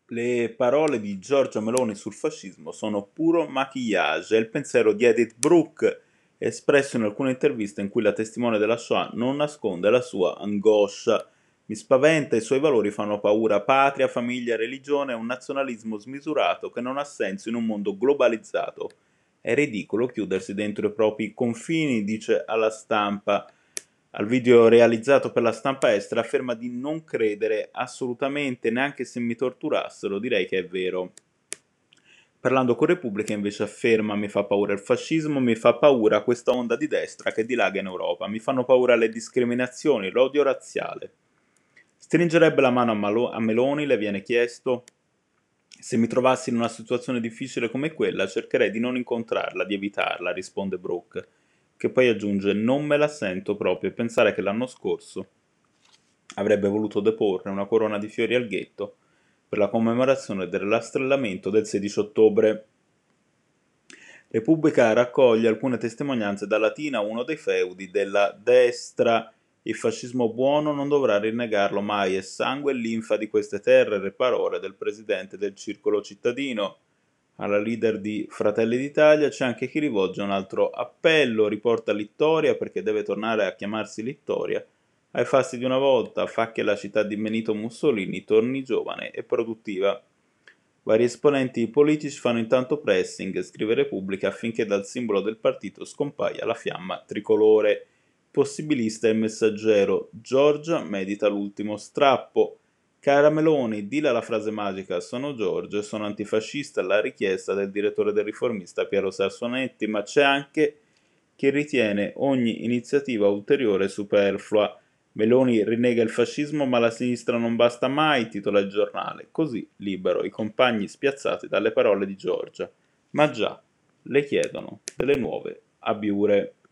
Le parole di Giorgia Meloni sul fascismo sono puro maquillage, è il pensiero di Edith Brooke espresso in alcune interviste in cui la testimone della Shoah non nasconde la sua angoscia. Mi spaventa, i suoi valori fanno paura, patria, famiglia, religione, un nazionalismo smisurato che non ha senso in un mondo globalizzato. È ridicolo chiudersi dentro i propri confini, dice alla stampa. Al video realizzato per la stampa estera afferma di non credere assolutamente, neanche se mi torturassero, direi che è vero. Parlando con Repubblica invece afferma mi fa paura il fascismo, mi fa paura questa onda di destra che dilaga in Europa, mi fanno paura le discriminazioni, l'odio razziale. Stringerebbe la mano a Meloni, le viene chiesto. Se mi trovassi in una situazione difficile come quella, cercherei di non incontrarla, di evitarla, risponde Brooke, che poi aggiunge non me la sento proprio e pensare che l'anno scorso avrebbe voluto deporre una corona di fiori al ghetto per la commemorazione del rastrellamento del 16 ottobre. Repubblica raccoglie alcune testimonianze da Latina, uno dei feudi della destra. Il fascismo buono non dovrà rinnegarlo mai, è sangue e linfa di queste terre, le parole del presidente del circolo cittadino. Alla leader di Fratelli d'Italia c'è anche chi rivolge un altro appello, riporta Littoria perché deve tornare a chiamarsi Littoria, ai fasti di una volta, fa che la città di Benito Mussolini torni giovane e produttiva. Vari esponenti politici fanno intanto pressing, scrive Repubblica, affinché dal simbolo del partito scompaia la fiamma tricolore. Possibilista e messaggero, Giorgia medita l'ultimo strappo. Cara Meloni, dilla la frase magica, sono Giorgio e sono antifascista alla richiesta del direttore del Riformista Piero Sarsonetti, ma c'è anche chi ritiene ogni iniziativa ulteriore superflua. Meloni rinnega il fascismo ma la sinistra non basta mai, titola il giornale. Così libero i compagni spiazzati dalle parole di Giorgia. Ma già, le chiedono delle nuove abiure.